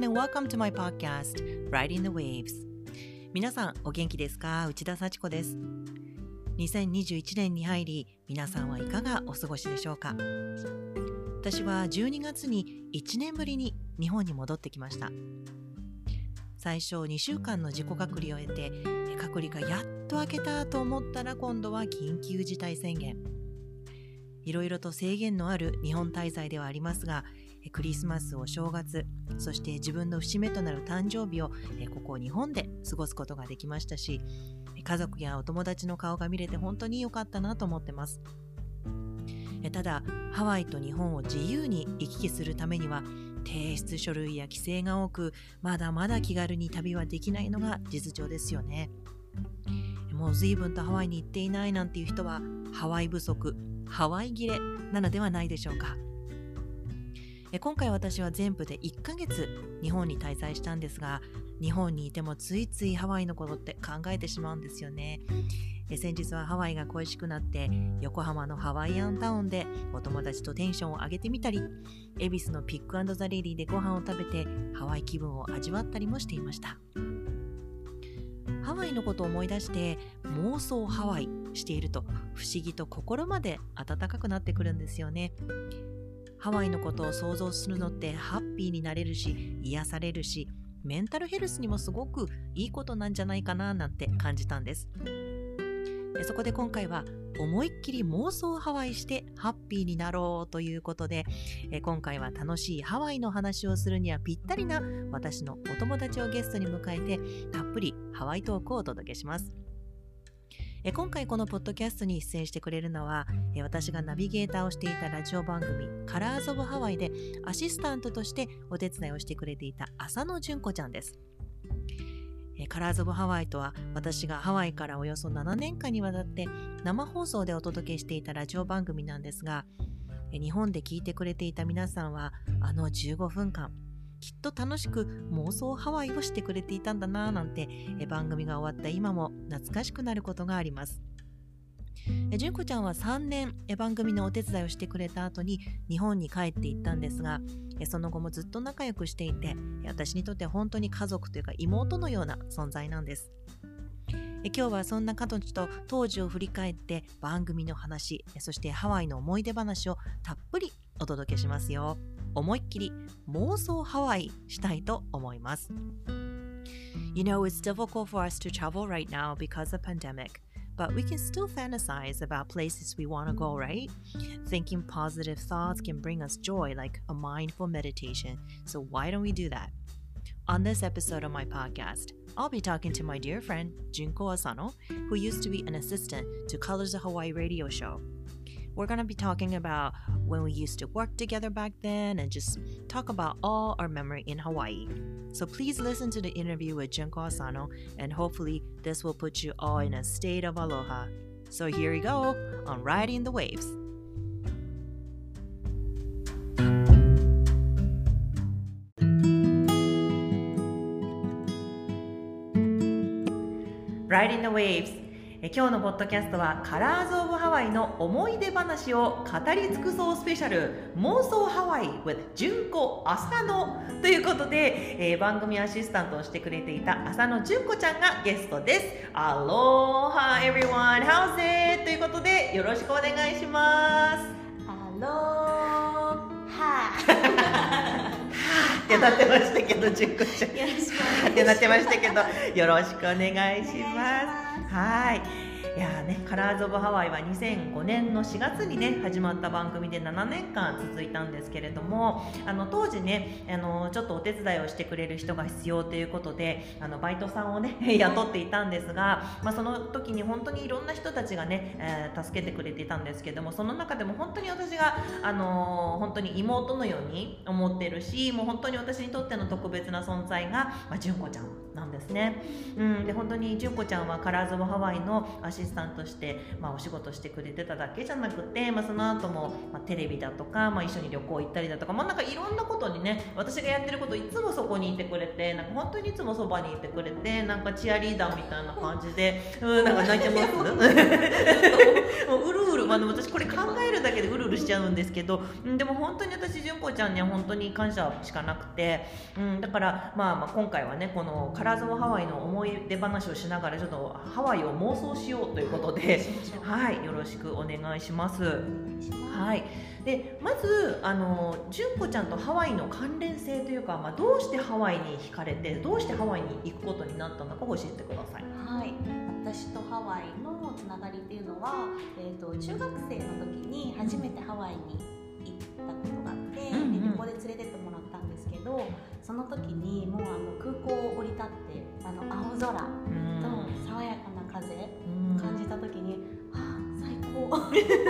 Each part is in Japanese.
everyone and welcome to my podcast, Riding the Waves. 皆さんお元気ですか？内田幸子です。2021年に入り、皆さんはいかがお過ごしでしょうか？私は12月に1年ぶりに日本に戻ってきました。最初2週間の自己隔離を得て、隔離がやっと明けたと思ったら今度は緊急事態宣言。いろいろと制限のある日本滞在ではありますが、クリスマス、お正月、そして自分の節目となる誕生日をここ日本で過ごすことができましたし、家族やお友達の顔が見れて本当に良かったなと思ってます。ただ、ハワイと日本を自由に行き来するためには提出書類や規制が多く、まだまだ気軽に旅はできないのが実情ですよね。もう随分とハワイに行っていないなんていう人は、ハワイ不足、ハワイ切れなのではないでしょうか。今回私は全部で1ヶ月日本に滞在したんですが、日本にいてもついついハワイのことって考えてしまうんですよね。先日はハワイが恋しくなって横浜のハワイアンタウンでお友達とテンションを上げてみたり、恵比寿のピック&ザレディでご飯を食べてハワイ気分を味わったりもしていました。ハワイのことを思い出して妄想ハワイしていると不思議と心まで温かくなってくるんですよね。ハワイのことを想像するのってハッピーになれるし、癒されるし、メンタルヘルスにもすごくいいことなんじゃないかななんて感じたんです。そこで今回は思いっきり妄想ハワイしてハッピーになろうということで、今回は楽しいハワイの話をするにはぴったりな私のお友達をゲストに迎えてたっぷりハワイトークをお届けします。今回このポッドキャストに出演してくれるのは、私がナビゲーターをしていたラジオ番組カラーズオブハワイでアシスタントとしてお手伝いをしてくれていた浅野純子ちゃんです。カラーズオブハワイとは、私がハワイからおよそ7年間にわたって生放送でお届けしていたラジオ番組なんですが、日本で聞いてくれていた皆さんはあの15分間きっと楽しく妄想ハワイをしてくれていたんだなぁなんて、番組が終わった今も懐かしくなることがあります。純子ちゃんは3年番組のお手伝いをしてくれた後に日本に帰っていったんですが、その後もずっと仲良くしていて、私にとって本当に家族というか妹のような存在なんです。今日はそんな彼女と当時を振り返って番組の話、そしてハワイの思い出話をたっぷりお届けしますよ。思いっきり妄想ハワイしたいと思います。You know, it's difficult for us to travel right now because of pandemic, but we can still fantasize about places we want to go, right? Thinking positive thoughts can bring us joy like a mindful meditation. So why don't we do that? On this episode of my podcast, I'll be talking to my dear friend Junko Asano, who used to be an assistant to Colors of Hawaii radio show.We're going to be talking about when we used to work together back then and just talk about all our memory in Hawaii. So please listen to the interview with Junko Asano, and hopefully this will put you all in a state of aloha. So here we go on Riding the Waves. Riding the Waves.今日のポッドキャストはカラーズオブハワイの思い出話を語り尽くそうスペシャル妄想ハワイ with 純子浅野ということで、番組アシスタントをしてくれていた浅野純子ちゃんがゲストです。アロハ everyone, how's it? ということでよろしくお願いします。 アロハってなってましたけど、純子ちゃんよろしくお願いしますってなってましたけど、よろしくお願いします。はい、いやね、カラーズオブハワイは2005年の4月にね始まった番組で7年間続いたんですけれども、当時ねちょっとお手伝いをしてくれる人が必要ということでバイトさんをね雇っていたんですが、その時に本当にいろんな人たちがね、助けてくれていたんですけども、その中でも本当に私が本当に妹のように思ってるし、もう本当に私にとっての特別な存在が、純子ちゃんなんですね。で本当に純子ちゃんはカラーズ・オブ・ハワイのアシスタントとして、お仕事してくれてただけじゃなくて、その後も、テレビだとか、一緒に旅行行ったりだとか、なんかいろんなことにね、私がやってることいつもそこにいてくれて、なんか本当にいつもそばにいてくれて、なんかチアリーダーみたいな感じで、なんか泣いてますもううるうる、私これ考えるだけでうるうるしちゃうんですけど、でも本当に私純子ちゃんには本当に感謝しかなくて、だから今回はね、このカラーズ・オブ・ハワイの思い出話をしながらちょっとハワイを妄想しようということで、はい、よろしくお願いします。はい、でまず純子ちゃんとハワイの関連性というか、どうしてハワイに惹かれて、どうしてハワイに行くことになったのか教えてください。 はい、私とハワイのつながりっていうのは、中学生の時に初めてハワイに行ったことがあって、で旅行で連れてってもらったんですけど、その時にもう空港を降り立って青空と爽やかな風感じた時に、最高と思って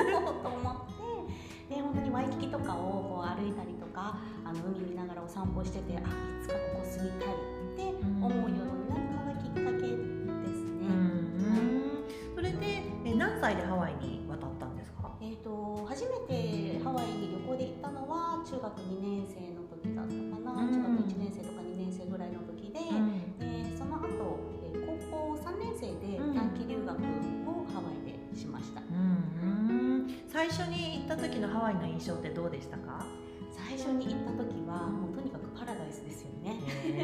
、で本当にワイキキとかをこう歩いたりとか、海見ながらお散歩してて、いつかここ住みたいって思うようになったのがきっかけですね。 それで何歳でハワイに渡ったんですか？ 初めてハワイに旅行で行ったのは中学2年生の時だったかな、中学1年生とか2年生ぐらいの時で、その後、高校3年生で短期留学をハワイでしました。 最初に行った時のハワイの印象ってどうでしたか？ 最初に行った時はもうとにかくパラダイスですよね。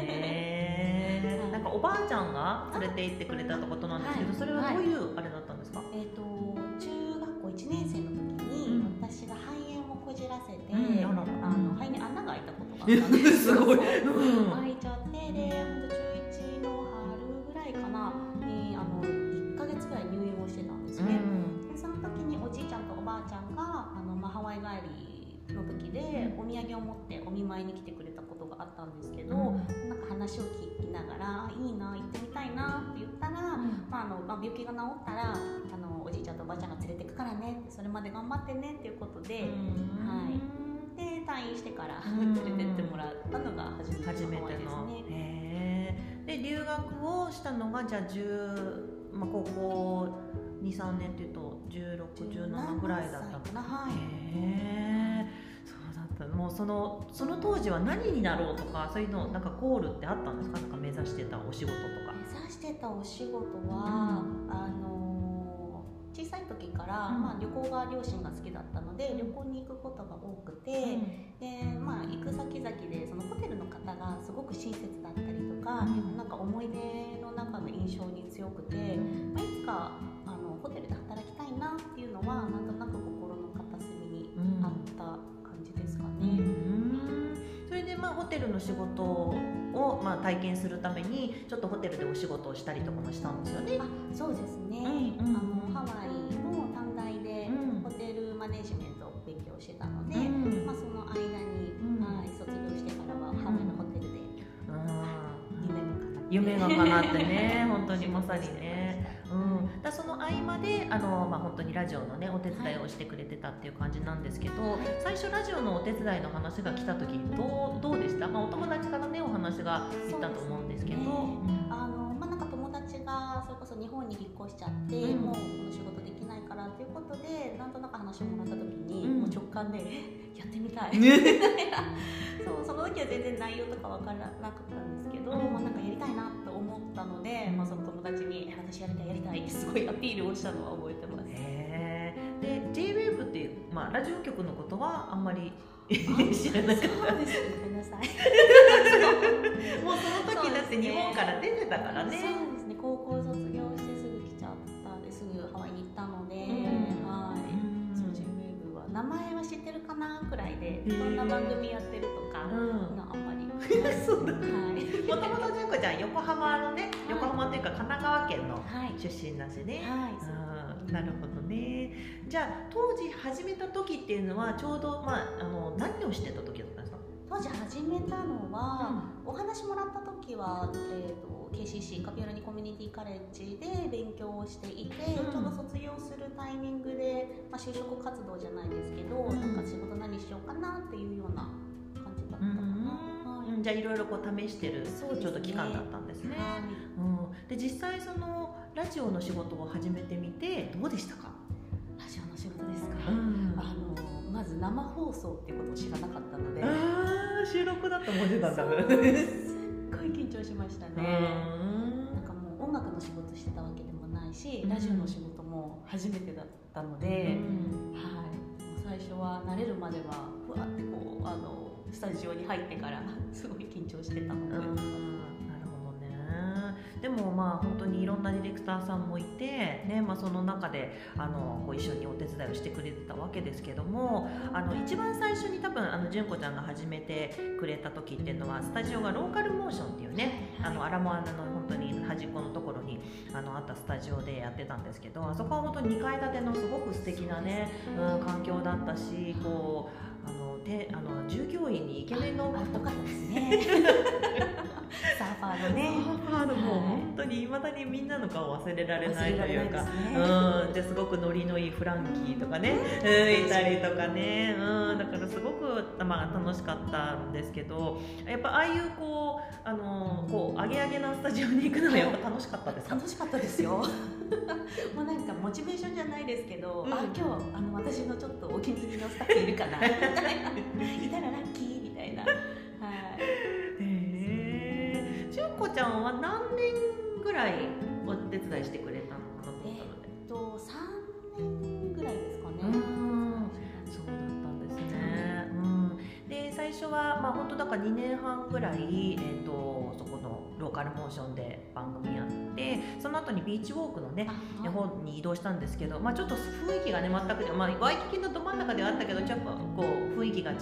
なんかおばあちゃんが連れて行ってくれたってことなんですけど、それはどういうあれだったんですか？ 中学校1年生の時に私が肺炎をこじらせて、肺に穴が開いたことがあったんですすごい開いちゃって、で本当中1の春ぐらいかなに1ヶ月ぐらい入院をしてたんですね。でその時におじいちゃんとおばあちゃんがハワイ帰りの時でお土産を持ってお見舞いに来てくれたことがあったんですけど、なんか話を聞きながら、いいな、行ってみたいなって言ったら、病気が治ったらおじいちゃんとおばあちゃんが連れてくからね、それまで頑張ってねっていうことで、で退院してから連れてってもらったのが初めてのハワイですね。 で留学をしたのがじゃあ高校 2,3 年っていうと16、17ぐらいだったかな。そうだった。もうその当時は何になろうとか、そういうのなんかゴールってあったんですか？なんか目指してたお仕事とか。 目指してたお仕事は、小さい時から、旅行が両親が好きだったので旅行に行くことが多くて、で行く先々でそのホテルの方がすごく親切だったりとか、なんか思い出の中の印象に強くて、いつかホテルで働きたいなっていうのはなんとなく心の片隅にあった感じですかね。 それでホテルの仕事を体験するためにちょっとホテルでお仕事をしたりとかもしたんですよね。 そうですね。ハワイの短大でホテルマネジメントを勉強してたので、その間に、卒業してからはハワイのホテルで、 夢が叶ってね本当にまさにね。だその合間で本当にラジオのねお手伝いをしてくれてたっていう感じなんですけど、最初ラジオのお手伝いの話が来た時どうでした？お友達からねお話がいったと思うんですけど、 なんか友達がそれこそ日本に引っ越しちゃって、もうこの仕事できないからということでなんとなく話をもらった時に、もう直感でやってみたいその時は全然内容とか分からなかったんですけど、なんかやりたいなと思ったので、その友達に私やりたいってすごいアピールをしたのは覚えてます。 で J-WAVE っていう、ラジオ局のことはあんまり知らなかった。 そうです。ごめんなさいもうその時だって日本から出てたからね。 そうですね。高校卒業してすぐ来ちゃったんで、すぐハワイに行ったので、そう J-WAVE は名前は知ってるかなくらいで、どんな番組やってるとか、あんまりそうだ。もともと純子ちゃん横浜のね、横浜というか神奈川県の出身だしね。なるほどね。じゃあ当時始めた時っていうのはちょうど何をしてた時だったんですか？ 当時始めたのは、お話もらった時は、KCC カピオラニコミュニティカレッジで勉強をしていて、ちょうど卒業するタイミングで、就職活動じゃないですけど、なんか仕事何しようかなっていうような感じだったかな。 じゃあいろいろこう試してるそうですね、 ちょっと期間だったんですね。 はい、 で実際そのラジオの仕事を始めてみてどうでしたか？ ラジオの仕事ですか、まず生放送っていうことを知らなかったので、 収録だと思ってたんだ。 すっごい緊張しましたね。なんかもう音楽の仕事してたわけでもないし、ラジオの仕事も初めてだったので、はい、もう最初は慣れるまではふわってこうスタジオに入ってからすごい緊張してたので、 なるほどね。でもまあ本当にいろんなディレクターさんもいて、ね、その中でこう一緒にお手伝いをしてくれてたわけですけども、一番最初に多分純子ちゃんが始めてくれた時っていうのはスタジオがローカルモーションっていうね、アラモアナの本当に端っこのところにあったスタジオでやってたんですけど、あそこは本当に2階建てのすごく素敵なね、環境だったし、こう従業員にイケメンのよかったですねサーファーのね、 もう本当にいまだにみんなの顔忘れられないというか、ですごくノリのいいフランキーとかね、いたりとかね、だからすごく、楽しかったんですけど、やっぱああいうこうアゲアゲなスタジオに行くのはやっぱ楽しかったですか？ 楽しかったですよもうなんかモチベーションじゃないですけど、今日私のちょっとお気に入りのスタッフいるかないたらラッキーみたいな。 純子ちゃんは何年ぐらいお手伝いしてくれたのかなと思ったので、 3年ぐらいですかね。 そうだったんですね。で最初は本当だから2年半ぐらい、そこのローカルモーションで番組やって、その後にビーチウォークのね方に移動したんですけど、ちょっと雰囲気がね全くワイキキのど真ん中ではあったけど、ちょっとこう雰囲気が違って、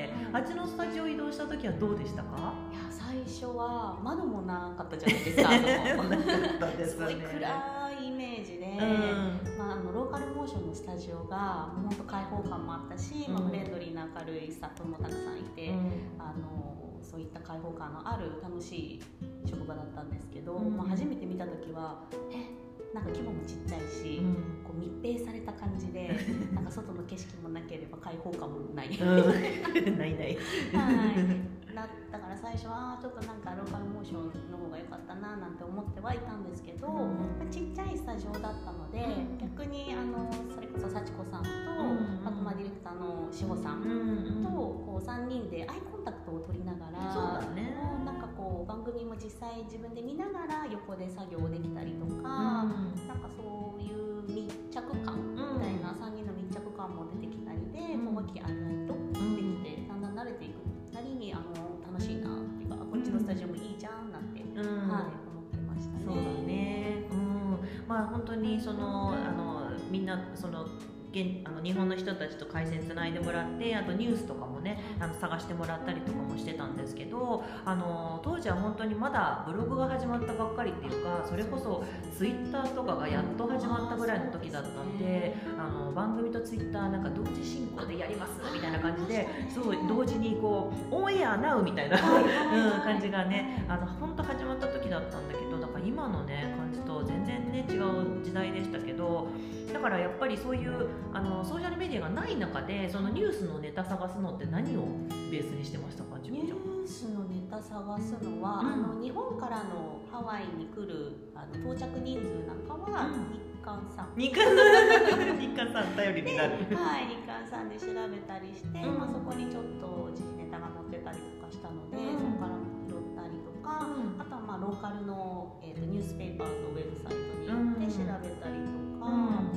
あっちのスタジオ移動した時はどうでしたか？ いや最初は窓もなかったじゃないですかすごい暗いイメージで、ローカルモーションのスタジオがもう本当開放感もあったし、フレンドリーな明るいスタッフもたくさんいて、そういった開放感のある楽しい職場だったんですけど、初めて見た時はなんか規模もちっちゃいし、こう密閉された感じでなんか外の景色もなければ開放感もないないだから最初はちょっとなんかローカルモーションの方が良かったななんて思ってはいたんですけど、ちっちゃいスタジオだったので、逆にそれこそ幸子さんと、あとディレクターの志保さんとこう3人でアイコンタクトを取りながら、 そうだね、 なんかこう番組も実際自分で見ながら横で作業できたりとか、なんかそういう密着感みたいな、3人の密着感も出てきたりで、こう和気あいあいとできて、だんだん慣れていくなりに楽しいなっていうか、こっちのスタジオもいいじゃんなんて、思ってましたね。 そうだね、本当にみんな日本の人たちと回線つないでもらって、あとニュースとかもね探してもらったりとかもしてたんですけど、当時は本当にまだブログが始まったばっかりっていうか、それこそツイッターとかがやっと始まったぐらいの時だったんで、番組とツイッターなんか同時進行でやりますみたいな感じで、そう同時にこうオンエアナウみたいな感じがね本当始まった時だったんだけど、だから今のね感じと全然ね違う時代でしたけど、だからやっぱりそういうソーシャルメディアがない中で、そのニュースのネタ探すのって何をベースにしてましたか？ ニュースのネタ探すのは、日本からのハワイに来る到着人数なんかは、日韓さん日韓さん頼りになる日韓さんで調べたりして、そこにちょっと時事ネタが載ってたりとかしたので、そこから拾ったりとか、あとはローカルの、ニュースペーパーのウェブサイトに行って調べたりとか、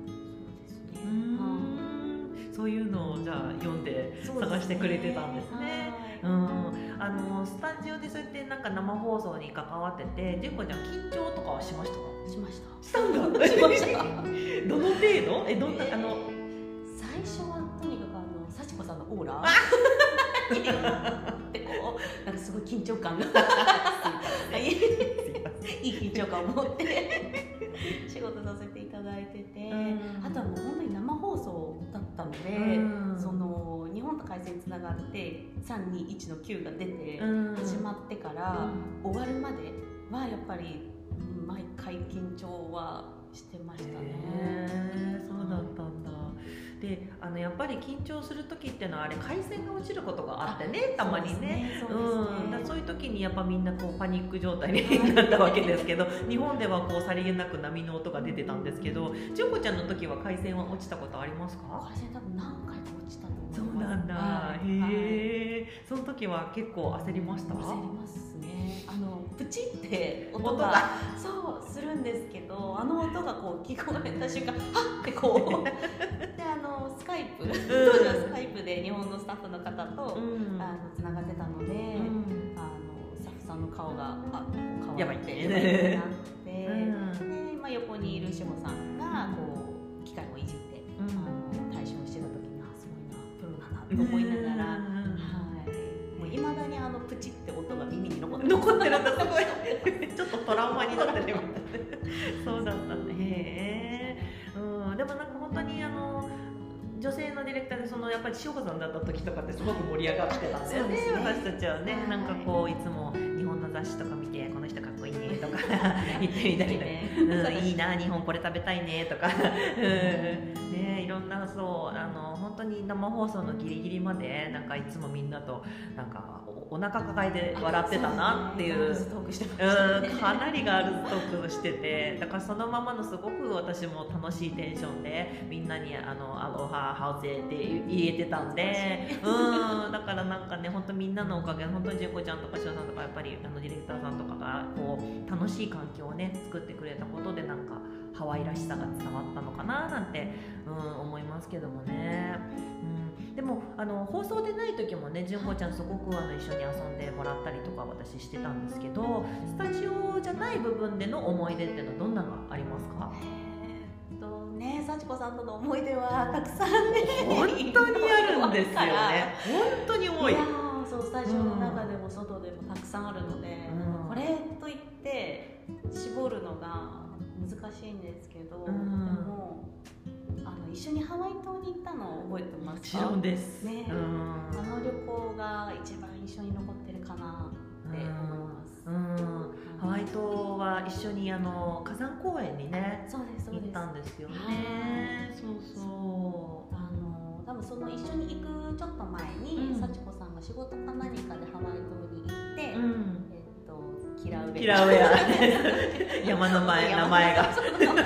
そういうのをじゃあ読んで探してくれてたんですね。スタジオでそうやってなんか生放送に関わってて、純子ちゃん緊張とかはしましたか？ しました。 したんだ。しました。どの程度？どんな最初はとにかく幸子さんのオーラでこうなんかすごい緊張感がいい緊張感を持って仕事させていただいてて、あとはもう本当に生放送だったので、日本と回線つながって321の9が出て始まってから終わるまではやっぱり毎回緊張はしてましたね。 そうだったんだ。 でやっぱり緊張する時っていうのはあれ回線が落ちることがあってね、たまにね。そういう時にやっぱみんなこうパニック状態になったわけですけど日本ではこうさりげなく波の音が出てたんですけど、純子ちゃんの時は回線は落ちたことありますか？ 回線多分何回か落ちたと思います。 そうなんだ、 はい、 へえ、その時は結構焦りました？ 焦りますね。プチって音がそうするんですけど、あの音がこう聞こえた瞬間はっってこうでスカイプ、当時はスカイプで日本のスタッフの方とつながってたので、スタッフさんの顔が顔やばいってなって、で、横にいる志保さんがこう機械をいじって、対処してた時にすごいな、プロだなと思いながら、もう未だにプチって音が耳に残ってるんだ、すごいちょっとトラウマになってるみたいなそうだったね。へえ、でもなんか本当に女性のディレクターでやっぱり塩子さんだった時とかってすごく盛り上がってたんだよね。私たちはね、なんかこういつも日本の雑誌とか見てこの人かっこいいねとか言ってみたりね、いいな日本これ食べたいねとかね、いろんな本当に生放送のギリギリまでなんかいつもみんなとなんかお腹抱えて笑ってたなっていう、かなりガールズトークしてて、だからそのままのすごく私も楽しいテンションでみんなにアロハハウゼって言えてたんで、だからなんかね本当みんなのおかげ、本当に純子ちゃんとかしおさんとかやっぱりディレクターさんとかがこう楽しい環境をね作ってくれたことでなんかハワイらしさが伝わったのかななんて、思いますけどもね。でも放送でない時もね、純子ちゃんすごく一緒に遊んでもらったりとか私してたんですけど、スタジオじゃない部分での思い出っていうのはどんなのがありますか？ 幸子さんとの思い出はたくさんね本当にあるんですよね。本当に多い。 そうスタジオの中でも外でもたくさんあるので、これといって絞るのが難しいんですけど、でも一緒にハワイ島に行ったのを覚えてますか？ もちろんですね。 旅行が一番印象に残ってるかなって思います。 ハワイ島は一緒に火山公園にね行ったんですよね。そうそう。 多分その一緒に行くちょっと前に幸子さんが仕事か何かでハワイ島に行って、キラウエア山の名前がキラウ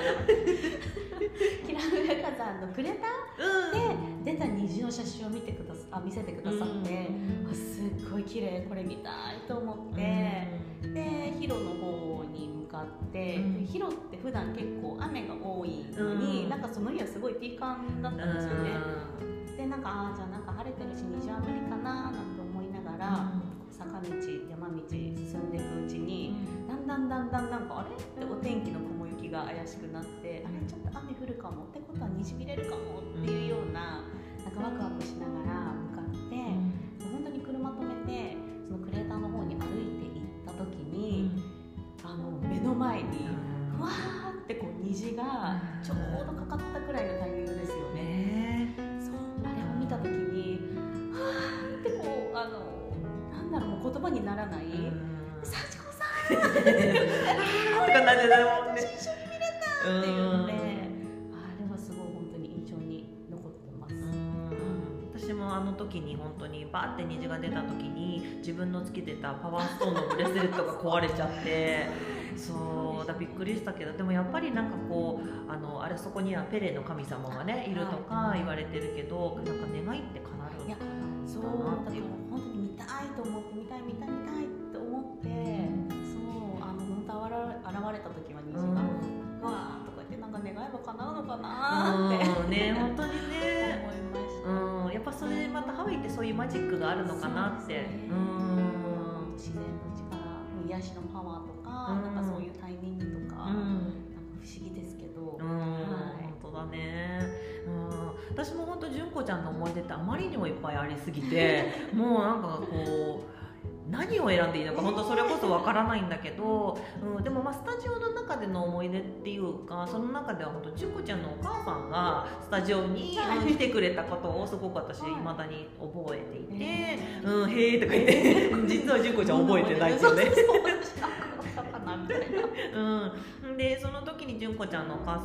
エ火山のクレタで出た虹の写真を見せてくださってすっごい綺麗、これ見たいと思って、でヒロの方に向かって、ヒロって普段結構雨が多いのに、なんかその日はすごいピーカンだったんですよね。でなんかじゃあなんか晴れてるし虹は無理かななんて思いながら、坂道山道進んでいくうちに、だんだんなんかあれってお天気の雲行きが怪しくなって、あれちょっと雨降るかもってことは虹見れるかもっていうような、なんかワクワクしながら向かって、本当に車止めてそのクレーターの方に歩いて行った時に、目の前にふわーってこう虹がちょうどかかったくらいのタイミングですよね。そうあれを見た時にふわーってこうなんだろう、もう言葉にならない幸子さんとかなんでだろうね、一緒に見れたっていうので、あれはすごい本当に印象に残ってます。 私も時に本当にバーって虹が出た時に自分のつけてたパワーストーンのブレスレットが壊れちゃってそうだびっくりしたけど、でもやっぱりなんかこうあれそこにはペレの神様がねいるとか言われてるけど、なんか願いって叶うのかな。 そうだから本当に見たいと思って見たいって思って、そう本当現れた時は虹がわーとか言って、なんか願えば叶うのかなってね本当にね思いました。 やっぱそれまたハワイってそういうマジックがあるのかなって。 自然の力、癒しのパワーとか、なんかそういうタイミングとか、なんか不思議ですけど、 本当だね。私も本当純子ちゃんの思い出ってあまりにもいっぱいありすぎてもうなんかこう何を選んでいいのか本当それこそわからないんだけど、でもスタジオの中での思い出っていうか、その中では本当純子ちゃんのお母さんがスタジオに来てくれたことをすごく私未だに覚えていて、へーとか言って実は純子ちゃん覚えてないってねでその時に純子ちゃんのお母さん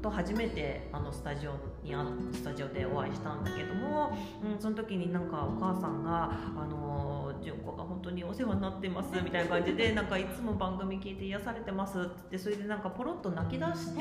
と初めてスタジオでお会いしたんだけども、その時になんかお母さんが純子が本当にお世話になってますみたいな感じでなんかいつも番組聞いて癒されてますって言って、それでなんかポロッと泣き出して、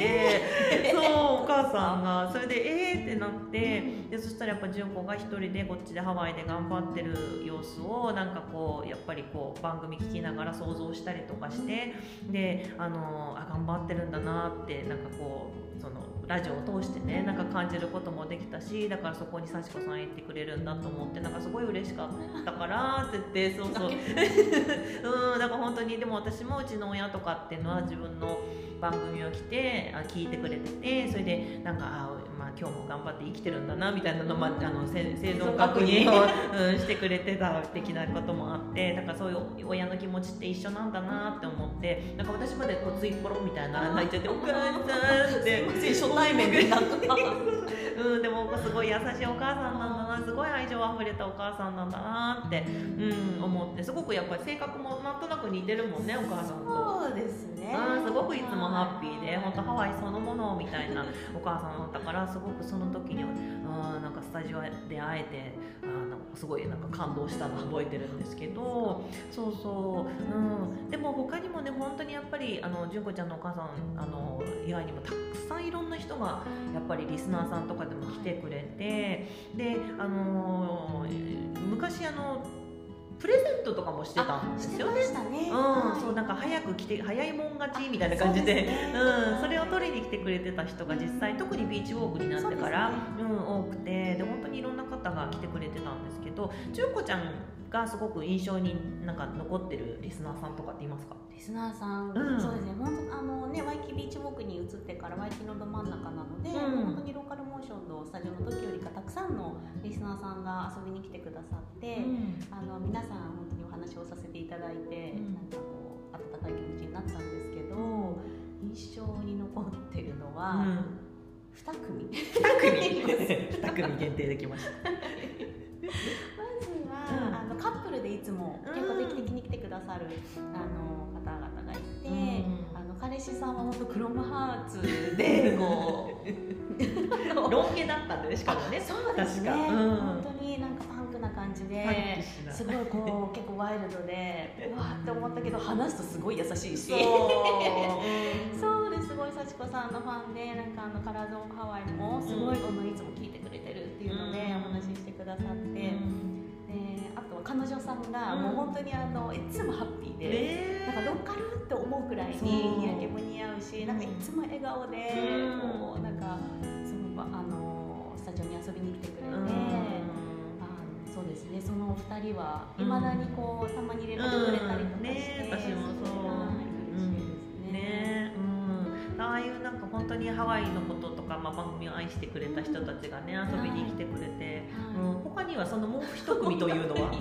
そうお母さんがそれでってなって、でそしたらやっぱ純子が一人でこっちでハワイで頑張ってる様子をなんかこうやっぱりこう番組聞きながら想像したりとかして、で頑張ってるんだなってなんかこうそのラジオを通してねなんか感じることもできたし、だからそこに幸子さん言ってくれるんだと思ってなんかすごい嬉しかったからって言って、そうそうだから本当にでも私もうちの親とかっていうのは自分の番組を聞いてくれてて、それでなんか今日も頑張って生きてるんだなみたいなの、生存確認を、してくれてた的なこともあって、だからそういう親の気持ちって一緒なんだなって思って、なんか私までこうついっぽろみたいな泣いちゃってお母さんって初対面で泣くでもすごい優しいお母さんなんだな、すごい愛情あふれたお母さんなんだなって、思って、すごくやっぱり性格もなんとなく似てるもんねお母さんと。 そうですね、 すごくいつもハッピーで本当ハワイそのものみたいなお母さんだったから、すごくその時になんかスタジオで会えてなんかすごいなんか感動したのを覚えてるんですけど、そうそう、でも他にもね本当にやっぱり純子ちゃんのお母さん以外にもたくさんいろんな人がやっぱりリスナーさんとかでも来てくれて、で昔プレゼントとかもしてたんですよね。 してましたね。 そうなんか早く来て早いもん勝ちみたいな感じで、それを取りに来てくれてた人が実際、特にビーチウォークになってから、多くて、で本当にいろんな方が来てくれてたんですけど、純子ちゃんがすごく印象になんか残ってるリスナーさんとかっていますか？ リスナーさん、そうですね。本当ワイキビーチウォークに移ってからワイキのど真ん中なので、本当にローカルモーションのスタジオの時よりかたくさんのリスナーさんが遊びに来てくださって、皆さん本当にお話をさせていただいて、なんかこう温かい気持ちになったんですけど、印象に残ってるのは、2組限定できました。まずは、カップルでいつも結構定期的に来てくださる方々がいて、彼氏さんは本当クロムハーツでこうロン毛だったんでしかもね。 そうですね、本当になんかパンクな感じで、すごいこう結構ワイルドでうわーって思ったけど、話すとすごい優しいし、そうですごい幸子さんのファンで、なんかカラーゾーンハワイもすごいいつも聞いてくれてるっていうのでお話ししてくださって、あとは彼女さんがもう本当にいつもハッピーで、なんかロッカルって思うくらいに日焼けも似合うし、なんかいつも笑顔でこうなんかスタジオに遊びに来てくれて、そうですね、その2人はいまだにこうたまに連絡くれたりとかして、 私もそう嬉しいですね。 ああいうなんか本当にハワイのこととか、番組を愛してくれた人たちがね遊びに来てくれて、他にはそのもう一組というのは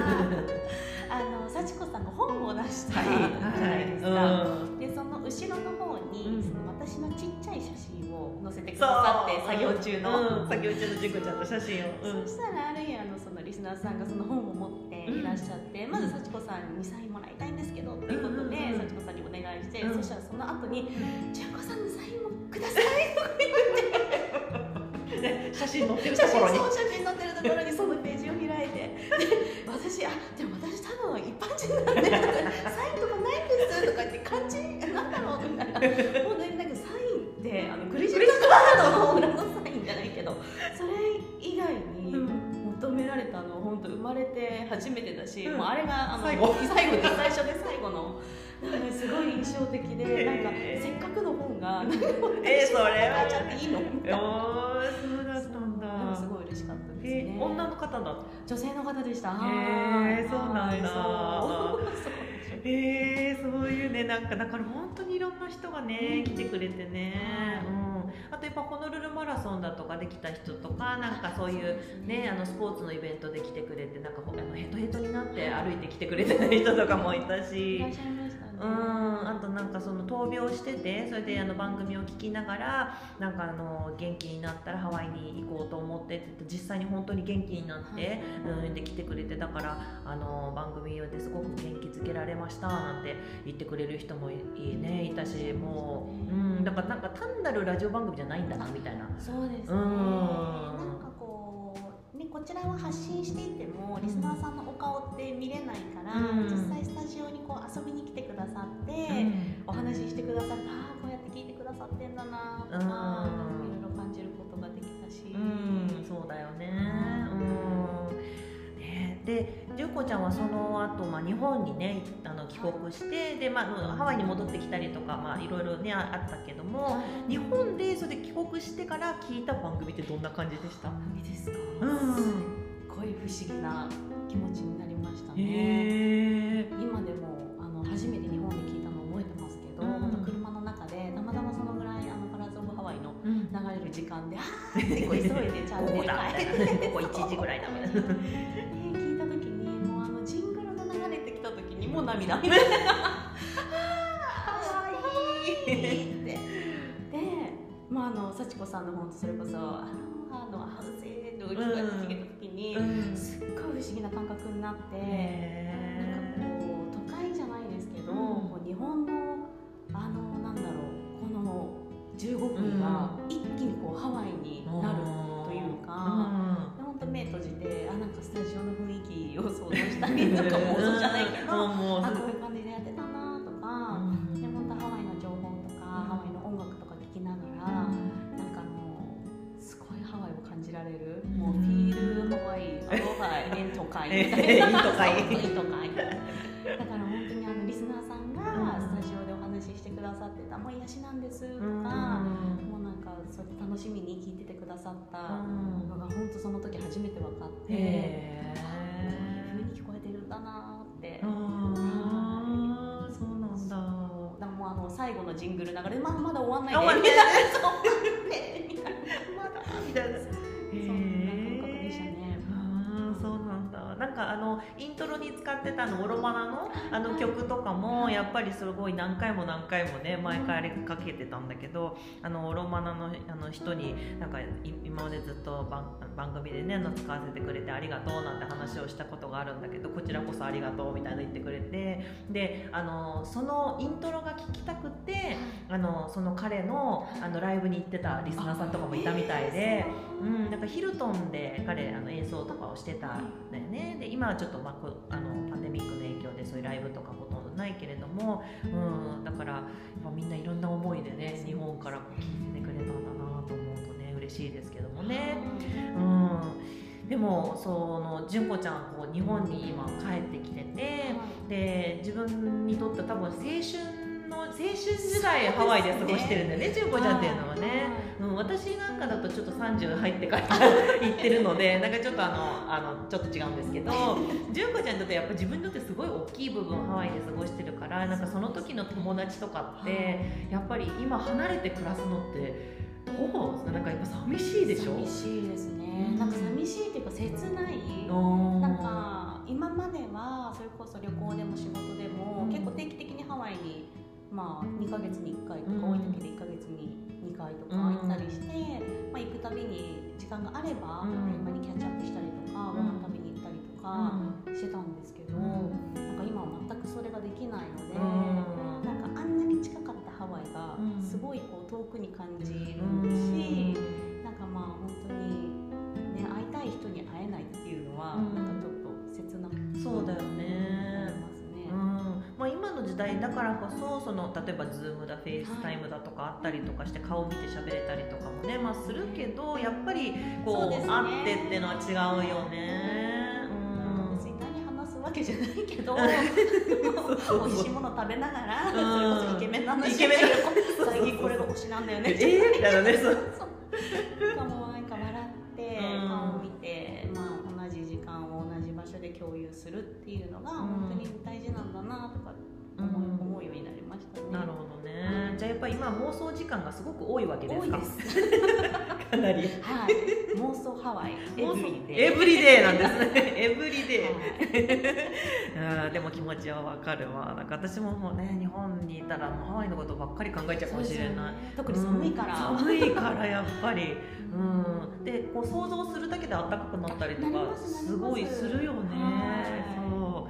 幸子さんが本を出したじゃないですか。でその後ろの方に、その私のちっちゃい写真を載せてくださって、作業中の純子ちゃんの写真を、 そしたらある日そのリスナーさんがその本を持っていらっしゃって、まず幸子さんにサインもらいたいんですけどっていうことで、幸子さんにお願いして、そしたらその後に純子さんのサインもくださいとか言って写真載ってるところに写真載ってるところにそのページを開いて、で私でも私多分一般人なんでサインとかないんですとか言って感じなんだろうみたいな、本当になんかサインってクレジットカードの裏のサインじゃないけど、それ以外に求められたの本当生まれて初めてだし、もうあれが最初で最後のすごい印象的で、なんかせっかくの本がそれはちゃっていいのみたいな。 そうだったんだ。 でもすごい嬉しかったですね。 女の方だ。 女性の方でした。 そうなんだ。そういうね、なんかだから本当にいろんな人がね来てくれてね。あとやっぱホノルルマラソンだとかできた人とか、なんかそういうねスポーツのイベントで来てくれて、なんかヘトヘトになって歩いてきてくれてる人とかもいたし。あとなんかその闘病してて、それで番組を聞きながらなんか元気になったらハワイに行こうと思ってって実際に本当に元気になって、で来てくれて、だから番組ですごく元気づけられましたなんて言ってくれる人もいたし、もうだからなんか単なるラジオ番組じゃないんだなみたいな。 そうですね。なんかこうね、こちらは発信していてもリスナーさんのお顔って見れないから、実際スタジオにこう遊びに来てくださって、お話ししてくださって、ああこうやって聞いてくださってんだなとか、いろいろ感じることができたし、 そうだよね。で、純子ちゃんはその後、日本にね帰国して、で、ハワイに戻ってきたりとか、いろいろねあったけども、日本でそれで帰国してから聞いた番組ってどんな感じでした？ 番組ですか？すごい不思議な気持ちになりましたね。今でも初めて日本で聞いたのを覚えてますけど、本当車の中でたまたまそのぐらいカラーズ・オブ・ハワイの流れる時間で、ってこう急いでチャンネル変えてここ1時ぐらいだみたいな。 聞いた時にもうジングルが流れてきた時にもう涙みたいな。ってで、幸子さんの本とそれこそハウセの歌が聞けた時に、すっごい不思議な感覚になって、なんかこう都会じゃないですけど、こう日本のなんだろう、この15分が一気にこうハワイになるというか、本当目閉じてなんかスタジオの雰囲気を想像したりとか妄想じゃないけど、こういう感じでやってたなとか、で本当ハワイの情報とか、ハワイの音楽とか聞きながら、なんかすごいハワイを感じられる、もうフィールハワイ、アロハイン都会みたいな、いい都会だから本当にリスナーさんがスタジオでお話ししてくださってた、もう癒しなんですとか、もうなんかそうやって楽しみに聞いててくださったのが本当その時初めて分かって、こういう風に聞こえてるんだなって。 そうなんだ。 だからもう最後のジングル流れ、まだ終わんないでみたいな、まだみたいな、そんな感覚でしたね。 そうなんだ。なんかイントロに使ってたオロマナの曲とかもやっぱりすごい何回もね毎回あれかけてたんだけど、オロマナの人になんか今までずっと番組でね使わせてくれてありがとうなんて話をしたことがあるんだけど、こちらこそありがとうみたいな言ってくれて、でそのイントロが聞きたくてその彼のライブに行ってたリスナーさんとかもいたみたいで、なんかヒルトンで彼演奏とかをしてたんだよね。で今はちょっと、パンデミックの影響でそういうライブとかほとんどないけれども、だからみんないろんな思いでね日本から聴いてくれたんだなと思うとね嬉しいですけどもね。でも純子ちゃん日本に今帰ってきてて、で自分にとって多分青春時代ハワイで過ごしてるんだよね、純子ちゃんっていうのはね。私なんかだとちょっと30入ってから行ってるのでなんかちょっとちょっと違うんですけど、純子ちゃんにとってやっぱ自分にとってすごい大きい部分ハワイで過ごしてるから、なんかその時の友達とかってやっぱり今離れて暮らすのってなんかやっぱ寂しいでしょ？ 寂しいですね。なんか寂しいっていうか切ない。なんか今まではそれこそ旅行でも仕事でも結構定期的にハワイに2ヶ月に1回とか、多い時で1ヶ月に2回とか行ったりして、行くたびに時間があれば現場にキャッチアップしたりとか、ご飯食べに行ったりとかしてたんですけど、なんか今は全くそれができないので、なんかあんなに近かったハワイがすごい遠くに感じるし、なんか本当にね会いたい人に会えないっていうのはなんかちょっと切なくて。 そうだよね。今の時代だからこそ例えば Zoom だフェイスタイムだとかあったりとかして顔を見て喋れたりとかもね、するけどやっぱり会ってっていうのは違うよね。 別に何話すわけじゃないけど美味しいもの食べながら、それこそイケメンの話で最近これが推しなんだよねみたいなね。なんか笑って顔を見て、同じ時間を同じ場所で共有するっていうのが本当に大事なんだなとか思うようになりましたね。 なるほどね。じゃあやっぱり今妄想時間がすごく多いわけですか？ 多いです。 かなり。 妄想ハワイ。 エブリデーなんですね。エブリデー。でも気持ちはわかるわ。なんか私ももうね日本にいたらハワイのことばっかり考えちゃうかもしれない。 特に寒いから。 寒いからやっぱり。で想像するだけで暖かくなったりとかすごいするよね。そう。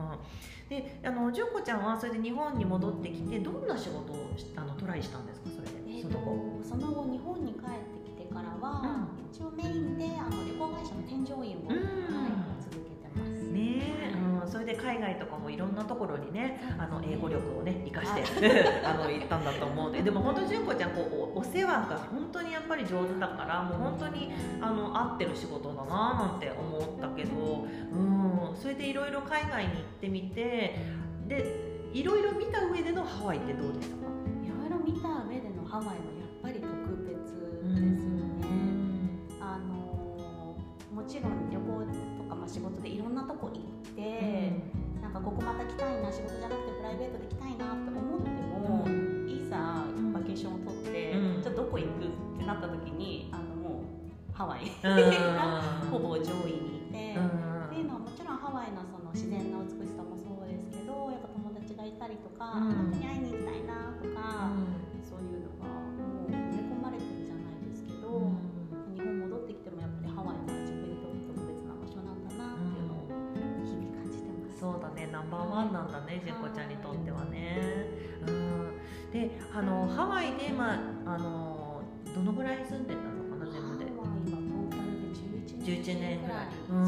で純子ちゃんはそれで日本に戻ってきてどんな仕事をトライしたんですか？それでその後日本に帰ってきてからは、一応メインで旅行会社の添乗員を、続けてますね。それで海外とかもいろんなところにね、英語力をね生かして行ったんだと思うので、でも本当に純子ちゃんお世話が本当にやっぱり上手だから、もう本当に合ってる仕事だななんて思ったけど、それでいろいろ海外に行ってみて、でいろいろ見た上でのハワイってどうでしたか？ いろいろ見た上でのハワイはやっぱり特別ですよね。もちろん旅行とか、仕事でいろんなとこ行って、なんかここまた来たいな、仕事じゃなくてプライベートで来たいなって思っても、いざバケーションを取って、じゃあどこ行くってなった時にもうハワイがほぼ上位にいて、っていうのはもちろんハワイのその自然の美しさもそうですけど、やっぱ友達がいたりとか、あの子に会いに行きたいなとか、そういうのがもう埋め込まれてるじゃないですけど、日本戻ってきてもやっぱりハワイは自分にとって特別な場所なんだなっていうのを日々感じてます。 そうだね、ナンバーワンなんだね、純子ちゃんにとってはね。でハワイで、どのぐらい住んでたのかな、全部で。 ハワイはトータルで11年ぐらい。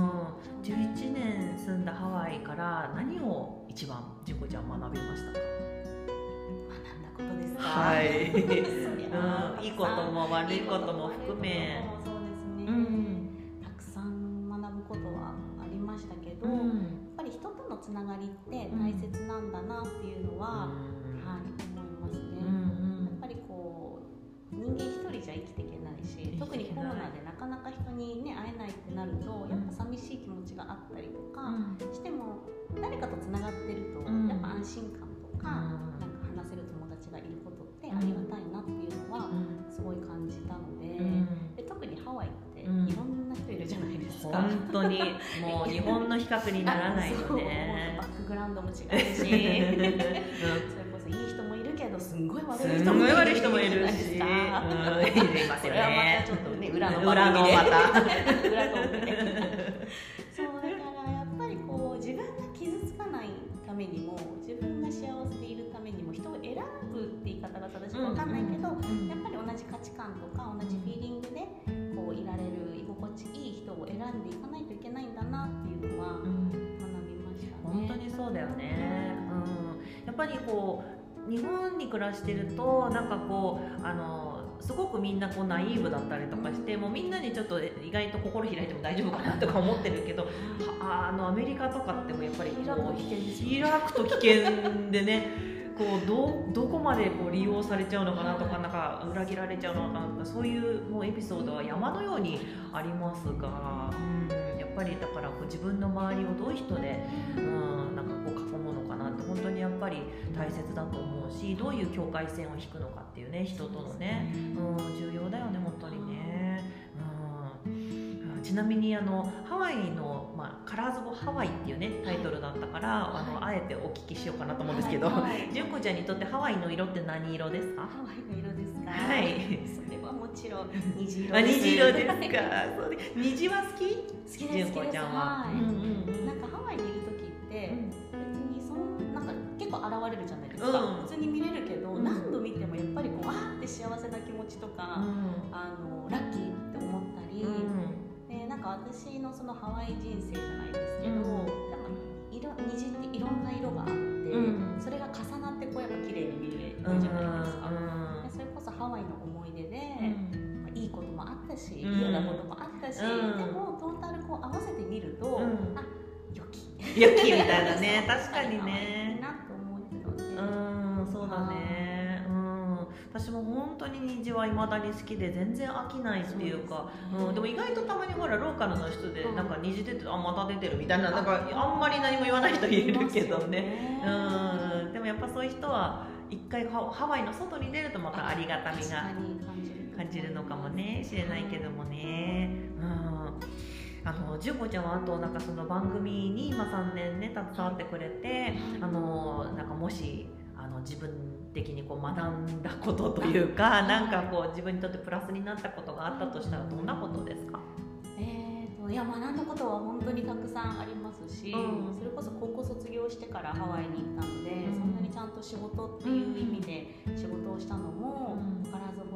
11年住んだハワイから何を一番純子ちゃん学びましたか？ 学んだことですか？ はい。いいことも悪いことも含め。 そうですね。たくさん学ぶことはありましたけど、やっぱり人とのつながりって大切なんだなっていうのは、思いますね。やっぱり人間一人じゃ生きていけないし、特にコロナでなかなか人にね会えないってなると、やっぱ寂しい気持ちがあったりとかしても、誰かとつながってるとやっぱ安心感とか、なんか話せる友達がいることってありがたいなっていうのはすごい感じたので、特にハワイっていろんな人いるじゃないですか。 本当にもう日本の比較にならないよね。 バックグラウンドも違うし、それこそいい人もいるけど、すんごい悪い人もいるし、 いますよね。 それはまたちょっとね、裏の裏のまた裏トークでそうだからやっぱり自分が傷つかないためにも、自分が幸せでいるためにも、人を選ぶって言い方が正しいか分かんないけど、やっぱり同じ価値観とか同じフィーリングでいられる居心地いい人を選んでいかないといけないんだなっていうのは学びましたね。 本当にそうだよね。やっぱり日本に暮らしてると、なんかすごくみんなナイーブだったりとかして、もうみんなにちょっと意外と心開いても大丈夫かなとか思ってるけど、アメリカとかってもやっぱり開くと危険でね、どこまで利用されちゃうのかなとか、なんか裏切られちゃうのかなとか、そういうもうエピソードは山のようにありますが、やっぱりだから自分の周りをどういう人でなんか囲むのかなって、本当にやっぱり大切だと思うし、どういう境界線を引くのかっていうね、人とのね、重要だよね、本当にね。ちなみにハワイの、カラーズ・オブ・ハワイっていうねタイトルだったから、あえてお聞きしようかなと思うんですけど、純子ちゃんにとってハワイの色って何色ですか？ ハワイの色ですか？ はい。 それはもちろん虹色です。 虹色ですか？そうで、虹は好き？ 好きです。 純子ちゃんは。 なんかハワイにいる時って、別になんか結構現れるじゃないですか。普通に見れるけど、何度見てもやっぱりわーって幸せな気持ちとか、ラッキーって思ったり。なんか私のそのハワイ人生じゃないですけど、虹っていろんな色があって、それが重なってやっぱ綺麗に見れるじゃないですか。それこそハワイの思い出で、いいこともあったし、嫌なこともあったし、でもトータル合わせてみると、良きみたいなね。確かにね。 いいなと思うので。 そうだね。私も本当に虹は未だに好きで、全然飽きないっていうか、でも意外とたまにローカルの人でなんか虹出てる、また出てるみたいな、なんかあんまり何も言わない人いるけどね。でもやっぱそういう人は一回ハワイの外に出るとまたありがたみが感じるのかもねしれないけどもね。純子ちゃんはあとなんかその番組に今3年ね携わってくれて、なんかもし自分的に学んだことというか、なんか自分にとってプラスになったことがあったとしたらどんなことですか？ いや、学んだことは本当にたくさんありますし、それこそ高校卒業してからハワイに行ったので、そんなにちゃんと仕事っていう意味で仕事をしたのもカラーズ・オブ・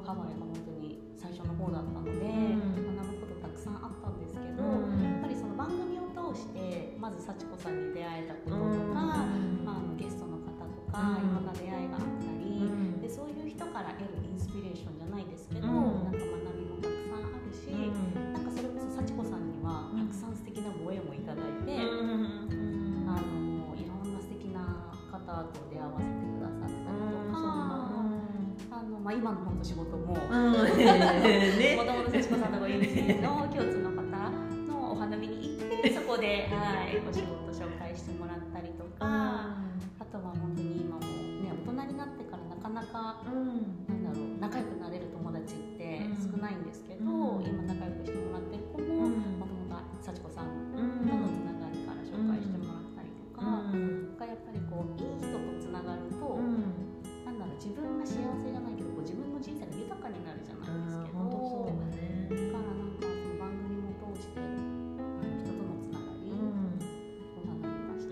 方だったので、学ぶことたくさんあったんですけど、やっぱりその番組を通してまず幸子さんに出会えたこととか、ゲストの方とか、いろんな出会いがあったり、でそういう人から得るインスピレーションじゃないですけど、なんか学びもたくさんあるし、なんかそれこそ幸子さんにはたくさん素敵なご縁をいただいて、いろんな素敵な方と出会わせてくださったりとか、今の本当仕事ももともと幸子さんのご友人の共通の方のお花見に行ってそこで、お仕事紹介してもらったりとか、あとは本当に今もね大人になってからなかなか、仲良くなれる友達って少ないんですけど、今仲良くしてもらってる子ももともと幸子さんとのつながりから紹介してもらったりとか、やっぱりこういい人とつながると、自分が幸せじゃないけど自分の人生が豊かになるじゃないですけど、だからなんかその番組も通して人とのつながりを学びました。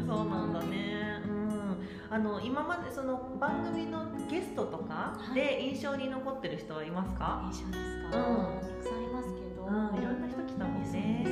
そうなんだね。今までその番組のゲストとかで印象に残ってる人はいますか？ 印象ですか？たくさんいますけど、 いろんな人来たもんね。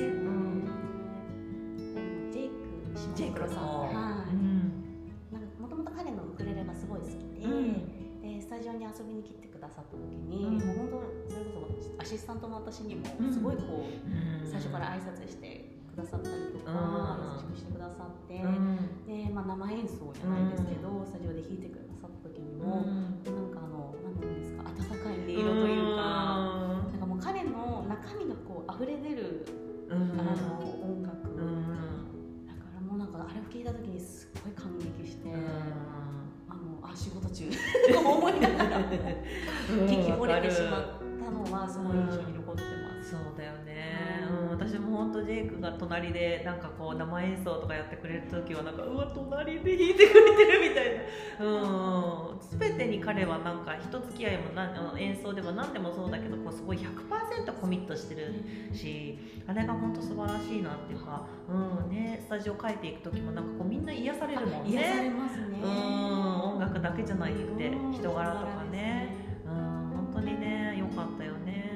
ジェイク島黒さん、もともと彼のウクレレがすごい好きで、スタジオに遊びに来てくださった時に、もう本当それこそアシスタントの私にもすごいこう、最初から挨拶してくださったりとか、優しくしてくださって、で、生演奏じゃないですけど、スタジオで弾いてくださった時にも、なんかなんていうんですか、温かい音色というか、なんかもう彼の中身がこう溢れ出る音楽、だからもうなんかあれを聞いた時にすごい感激して。仕事中思いながら聞き惚れてしまったのはすごい印象に残ってます。 そうだよね。私も本当ジェイクが隣でなんかこう生演奏とかやってくれる時はなんか隣で弾いてくれてるみたいな。全てに彼はなんか人付き合いも演奏でも何でもそうだけど、こうすごい 100% コミットしてるし、あれが本当素晴らしいなっていうか、スタジオ帰っていく時もなんかこうみんな癒されるもんね。 癒されますね。 音楽だけじゃないって人柄とかね、本当にね良かったよね。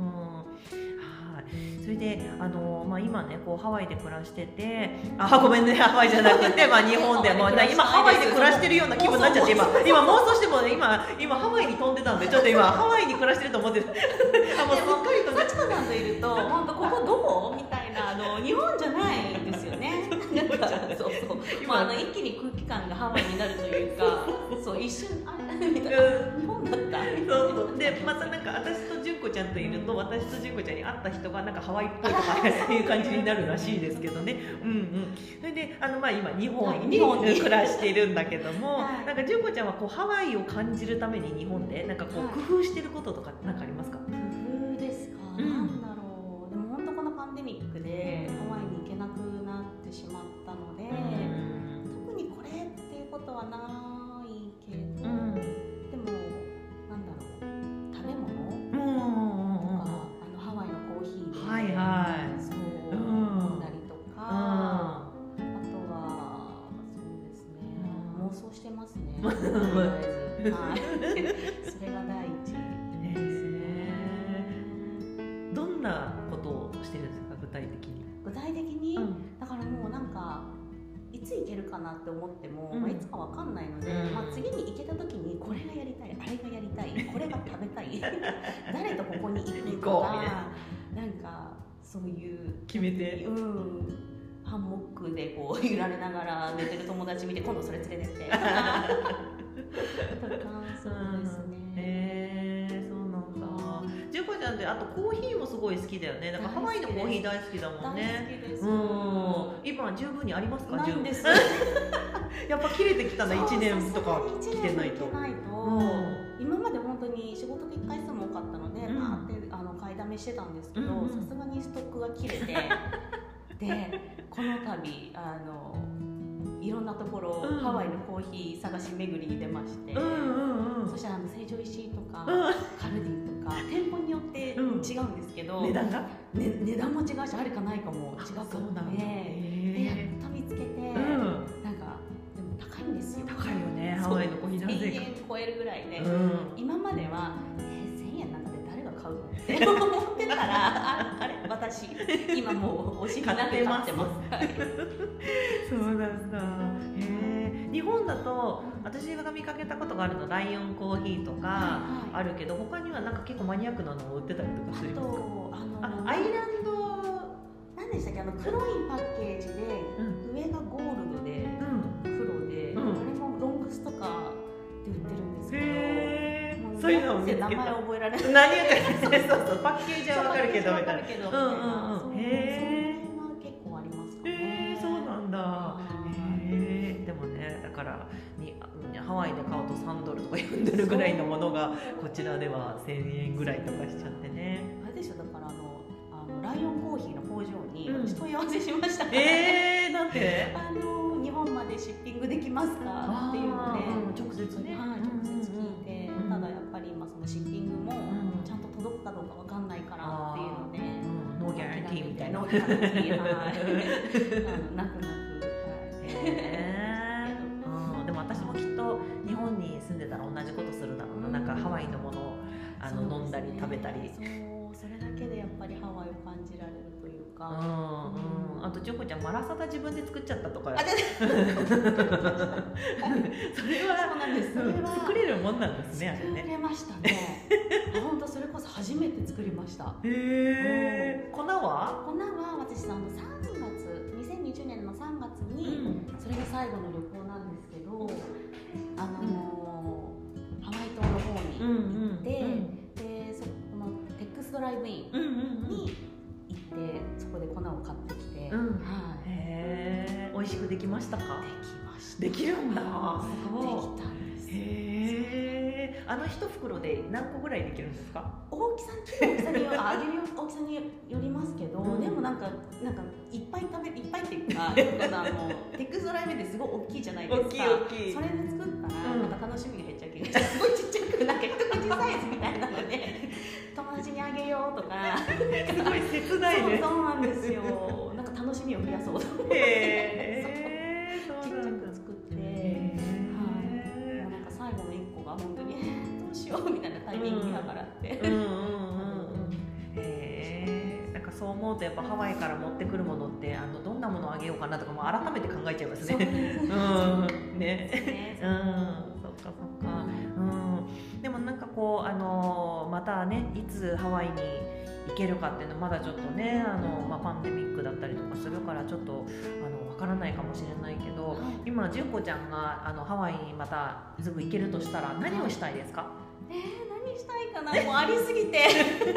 それで今ねこうハワイで暮らしてて、ごめんね、ハワイじゃなくて、日本でも今ハワイで暮らしてるような気分になっちゃって、今妄想してもね、今ハワイに飛んでたんで、ちょっと今ハワイに暮らしてると思ってた。もうすっかりと幸子さんといると本当ここどこみたいな、日本じゃないですよね。なんかそう一気に空気感がハワイになるというか、そう一瞬みたいな、日本だった。 そうでまたなんか私と純子ちゃんといると、私と純子ちゃんに会った人がなんかハワイっぽいとかいう感じになるらしいですけどね。それで今日本に暮らしているんだけども、なんか純子ちゃんはこうハワイを感じるために日本でなんかこう工夫してることとかなんかありますか？ 工夫ですか？なんだろう。でも本当このパンデミックでハワイに行けなくなってしまったので、特にこれっていうことはないけど、でもなんだろう、食べ物とかハワイのコーヒーそう飲んだりとか、あとはそうですね、妄想してますね。とりあえず、それが第一ですね。 どんなことをしてるんですか、具体的に？ 具体的に、だからもうなんかいつ行けるかなって思っても、いつかわかんないので、次に行けた時にこれがやりたい、あれがやりたい、これが食べたい誰とここに行くとか、なんかそういう決めて、 ハンモックでこう揺られながら寝てる友達見て、今度それ連れてってとかそうですね。 そうなんだ。純子ちゃんってあとコーヒーもすごい好きだよね。なんかハワイのコーヒー大好きだもんね。 大好きです。 今十分にありますか？ ないんです。 やっぱ切れてきたな、1年とか来てないと。 今まで本当に仕事で1回数も多かったので、買いだめしてたんですけど、さすがにストックが切れて、でこの度いろんなところ、ハワイのコーヒー探し巡りに出まして、そしたら成城石井とか、カルディとか店舗によって違うんですけど、 値段が、 値段も違うし、あるかないかも違くて、でやっと見つけて、なんかでも高いんですよ。 高いよね、ハワイのコーヒー。 1000円超えるぐらいで、今までは1000円なんかで誰が買うのって思ってたらあれ私今もうお尻だけ買ってますそうなんだ。日本だと私が見かけたことがあるのライオンコーヒーとかあるけど、他にはなんか結構マニアックなのを売ってたりとかするんですか？アイランド何でしたっけ、黒いパッケージで、上がゴールドで、黒で、あれもロングスとかで売ってるんですけど、 そういうのを見つけた。 名前覚えられない。 何言ってるそうそう、パッケージはわかるけどみたいな。 それは結構ありますかね。 そうなんだ。でもね、だからハワイで買うと$3とか$4ぐらいのものがこちらでは$1000ぐらいとかしちゃってね。 あれでしょ、だからライオンコーヒーの工場に私問い合わせしました。 なんて日本までシッピングできますかっていうので、 直接ね、 直接聞いて、ただやっぱり今そのシッピングもちゃんと届くかどうかわかんないからっていうので、 ノーギャランティーみたいな、 ノーギャランティー、泣くでも私もきっと日本に住んでたら同じことするだろうな。なんかハワイのものを飲んだり食べたり、 それだけでやっぱりハワイを感じられるというか、 あとジョコちゃんマラサダ自分で作っちゃったとか、 それは作れるもんなんですね。 作れましたね。本当それこそ初めて作りました。粉は私2020年の3月に、それが最後の旅行なんですけど、ハワイ島の方に行って、でそこのテックスドライブインに行ってそこで粉を買ってきて、 美味しくできましたか？ できました。 できるんだ。 できたんです。 一袋で何個ぐらいできるんですか？ 大きさによりますけど、でもなんかいっぱいっていうか、テックスドライブですごい大きいじゃないですか。 大きい。 それで作ったらなんか楽しみが減っちゃう気がして、すごいちっちゃく、なんか一口サイズみたいなので友達にあげようとか、 すごい切ないね。 そうなんですよ。なんか楽しみを増やそうと思って、ちっちゃく作って、なんか最後の1個が本当にどうしようみたいなタイミング見計らって。 なんかそう思うとやっぱハワイから持ってくるものってどんなものをあげようかなとかも改めて考えちゃいますね。そっか。でもなんかこうまたね、いつハワイに行けるかっていうのはまだちょっとね、パンデミックだったりとかするからちょっとわからないかもしれないけど、今純子ちゃんがハワイにまたすぐ行けるとしたら何をしたいですか？ 何したいかな、もうありすぎて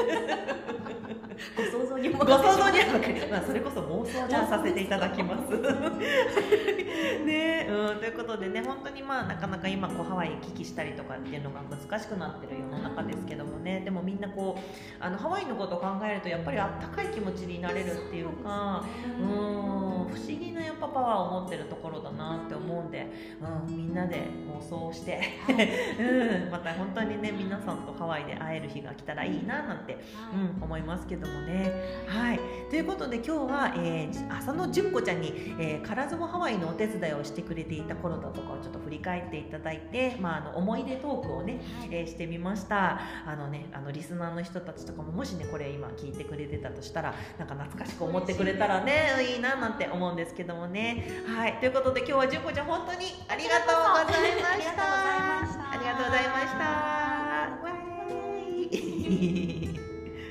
ご想像にそれこそ妄想じゃさせていただきますね。ということでね、本当になかなか今ハワイ行き来したりとかっていうのが難しくなってる世の中ですけどもね、でもみんなハワイのことを考えるとやっぱりあったかい気持ちになれるっていうか、不思議なやっぱパワーを持ってるところだなって思うんで、みんなで妄想してまた本当にね、皆さんとハワイで会える日が来たらいいななんて、思いますけどもね。はい、ということで今日は、浅野純子ちゃんに、カラズモハワイのお手伝いをしてくれていた頃だとかをちょっと振り返っていただいて、思い出トークをね、してみました。リスナーの人たちとかももしねこれ今聞いてくれてたとしたら、なんか懐かしく思ってくれたらね、いいななんて思うんですけどもね。はい、ということで今日は純子ちゃん本当にありがとうございました。ありがとうございました。わーい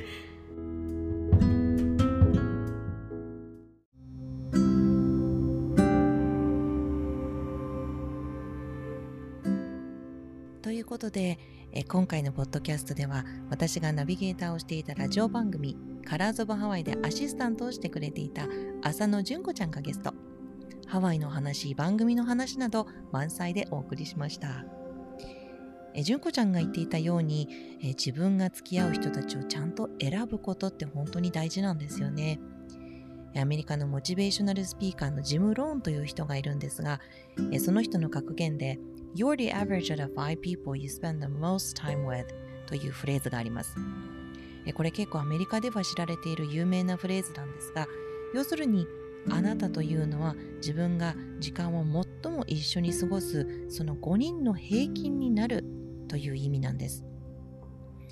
ということで、今回のポッドキャストでは私がナビゲーターをしていたラジオ番組カラーズオブハワイでアシスタントをしてくれていた浅野純子ちゃんがゲスト。ハワイの話、番組の話など満載でお送りしました。純子ちゃんが言っていたように、自分が付き合う人たちをちゃんと選ぶことって本当に大事なんですよね。アメリカのモチベーショナルスピーカーのジム・ローンという人がいるんですが、その人の格言でYou're the average of the 5 people you spend the most time with というフレーズがあります。これ結構アメリカでは知られている有名なフレーズなんですが、要するにあなたというのは自分が時間を最も一緒に過ごすその5人の平均になるという意味なんです。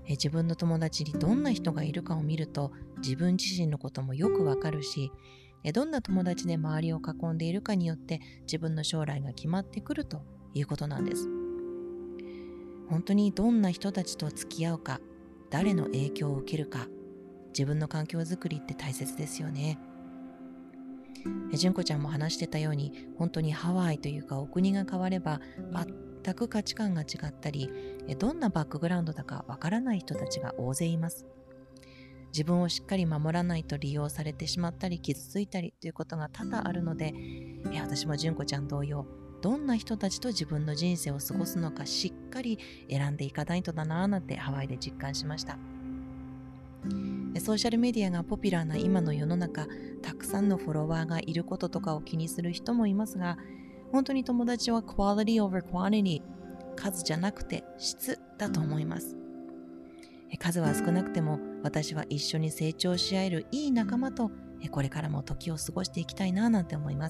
自分の友達にどんな人がいるかを見ると自分自身のこともよくわかるし、どんな友達で周りを囲んでいるかによって自分の将来が決まってくるということなんです。本当にどんな人たちと付き合うか、誰の影響を受けるか、自分の環境づくりって大切ですよね。純子ちゃんも話してたように、本当にハワイというかお国が変われば全く価値観が違ったり、どんなバックグラウンドだかわからない人たちが大勢います。自分をしっかり守らないと利用されてしまったり傷ついたりということが多々あるので、私も純子ちゃん同様、どんな人たちと自分の人生を過ごすのかしっかり選んでいかないとだなぁなんてハワイで実感しました。ソーシャルメディアがポピュラーな今の世の中、たくさんのフォロワーがいることとかを気にする人もいますが、本当に友達は quality over quantity、 数じゃなくて質だと思います。数は少なくても私は一緒に成長し合えるいい仲間とこれからも時を過ごしていきたいななんて思います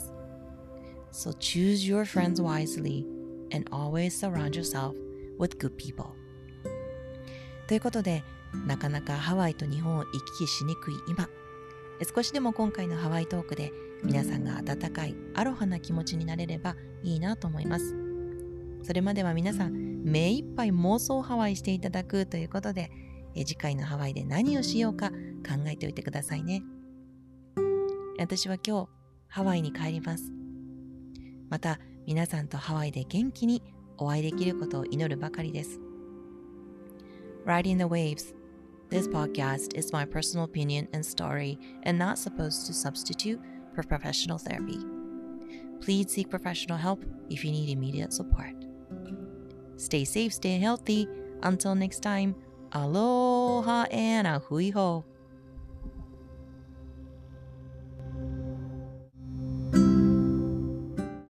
。So choose your friends wisely and always surround yourself with good people。 ということで、なかなかハワイと日本を行き来しにくい今、少しでも今回のハワイトークで皆さんが温かいアロハな気持ちになれればいいなと思います。それまでは皆さん目いっぱい妄想ハワイしていただくということで、次回のハワイで何をしようか考えておいてくださいね。私は今日ハワイに帰ります。また皆さんとハワイで元気にお会いできることを祈るばかりです。Riding the Waves. This podcast is my personal opinion and story and not supposed to substitute for professional therapy. Please seek professional help if you need immediate support. Stay safe, stay healthy. Until next time, aloha and a hui ho.